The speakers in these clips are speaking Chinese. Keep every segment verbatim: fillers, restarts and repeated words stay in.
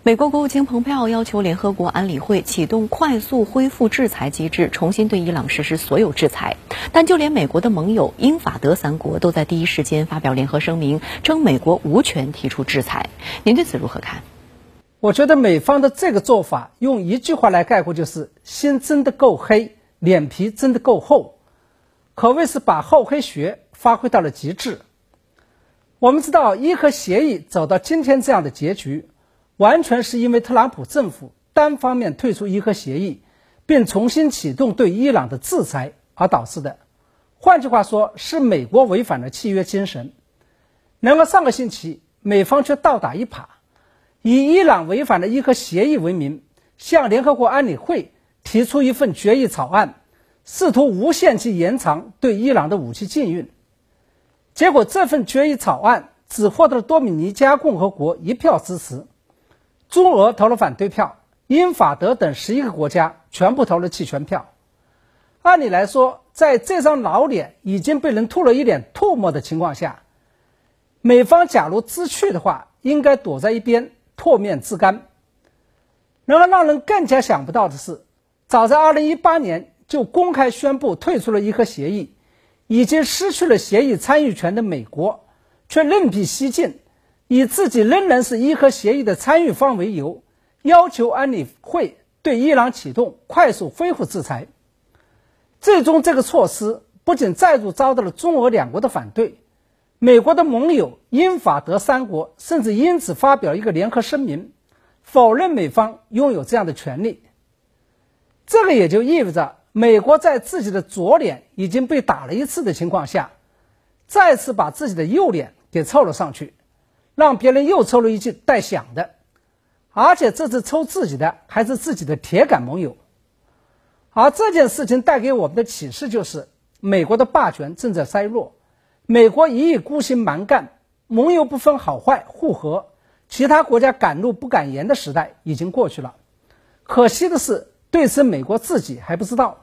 美国国务卿蓬佩奥要求联合国安理会启动快速恢复制裁机制，重新对伊朗实施所有制裁。但就连美国的盟友英法德三国都在第一时间发表联合声明，称美国无权提出制裁。您对此如何看？ 我觉得美方的这个做法用一句话来概括，就是心真的够黑，脸皮真的够厚，可谓是把厚黑学发挥到了极致。我们知道伊核协议走到今天这样的结局，完全是因为特朗普政府单方面退出伊核协议，并重新启动对伊朗的制裁而导致的。换句话说，是美国违反了契约精神。然而上个星期美方却倒打一耙，以伊朗违反了伊核协议为名，向联合国安理会提出一份决议草案，试图无限期延长对伊朗的武器禁运。结果这份决议草案只获得了多米尼加共和国一票支持，中俄投了反对票，英法德等十一个国家全部投了弃权票。按理来说，在这张老脸已经被人吐了一脸唾沫的情况下，美方假如知趣的话，应该躲在一边唾面自干。然而让人更加想不到的是，早在二零一八年就公开宣布退出了伊核协议，已经失去了协议参与权的美国，却另辟蹊径，以自己仍然是伊核协议的参与方为由，要求安理会对伊朗启动快速恢复制裁。最终这个措施不仅再度遭到了中俄两国的反对，美国的盟友英法德三国甚至因此发表一个联合声明，否认美方拥有这样的权利。这个也就意味着美国在自己的左脸已经被打了一次的情况下，再次把自己的右脸给凑了上去，让别人又抽了一记带响的，而且这次抽自己的还是自己的铁杆盟友。而这件事情带给我们的启示就是，美国的霸权正在衰弱，美国一意孤行蛮干，盟友不分好坏互合，其他国家敢怒不敢言的时代已经过去了。可惜的是，对此美国自己还不知道。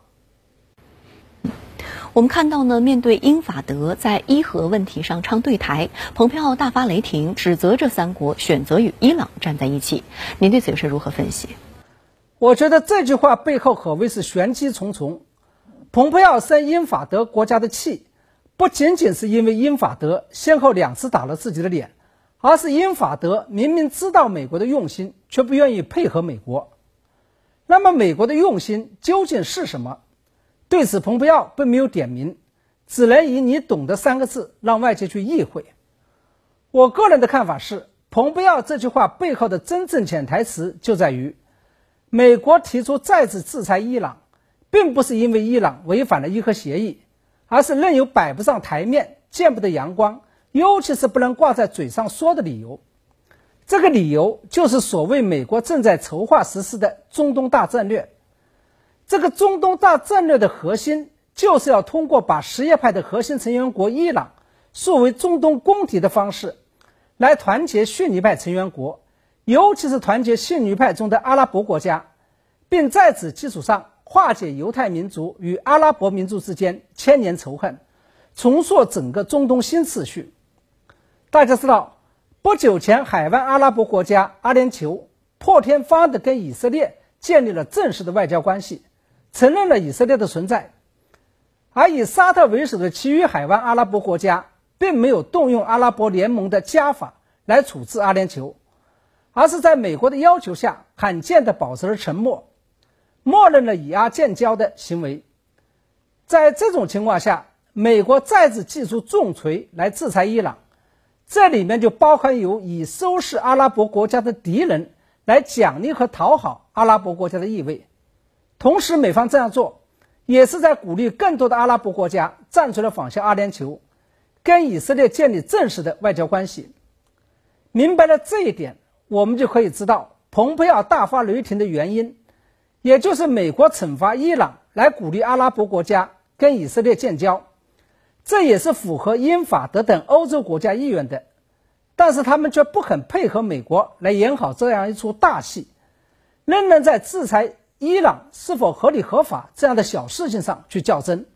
我们看到呢，面对英法德在伊核问题上唱对台，蓬佩奥大发雷霆，指责这三国选择与伊朗站在一起。您对此又是如何分析？ 我觉得这句话背后可谓是玄机重重。蓬佩奥生英法德国家的气，不仅仅是因为英法德先后两次打了自己的脸，而是英法德明明知道美国的用心，却不愿意配合美国。那么美国的用心究竟是什么？对此蓬佩奥并没有点名，只能以你懂得三个字让外界去意会。我个人的看法是，蓬佩奥这句话背后的真正潜台词就在于，美国提出再次制裁伊朗，并不是因为伊朗违反了伊核协议，而是任由摆不上台面，见不得阳光，尤其是不能挂在嘴上说的理由。这个理由就是所谓美国正在筹划实施的中东大战略。这个中东大战略的核心就是要通过把什叶派的核心成员国伊朗树为中东公敌的方式，来团结逊尼派成员国，尤其是团结逊尼派中的阿拉伯国家，并在此基础上化解犹太民族与阿拉伯民族之间千年仇恨，重塑整个中东新秩序。大家知道，不久前海湾阿拉伯国家阿联酋破天荒地跟以色列建立了正式的外交关系，承认了以色列的存在。而以沙特为首的其余海湾阿拉伯国家并没有动用阿拉伯联盟的家法来处置阿联酋，而是在美国的要求下罕见地保持了沉默，默认了以阿建交的行为。在这种情况下，美国再次祭出重锤来制裁伊朗，这里面就包含有以收拾阿拉伯国家的敌人来奖励和讨好阿拉伯国家的意味。同时美方这样做也是在鼓励更多的阿拉伯国家站出来仿效阿联酋，跟以色列建立正式的外交关系。明白了这一点，我们就可以知道蓬佩奥大发雷霆的原因，也就是美国惩罚伊朗来鼓励阿拉伯国家跟以色列建交，这也是符合英法德等欧洲国家意愿的。但是他们却不肯配合美国来演好这样一出大戏，仍然在制裁伊朗是否合理合法这样的小事情上去较真。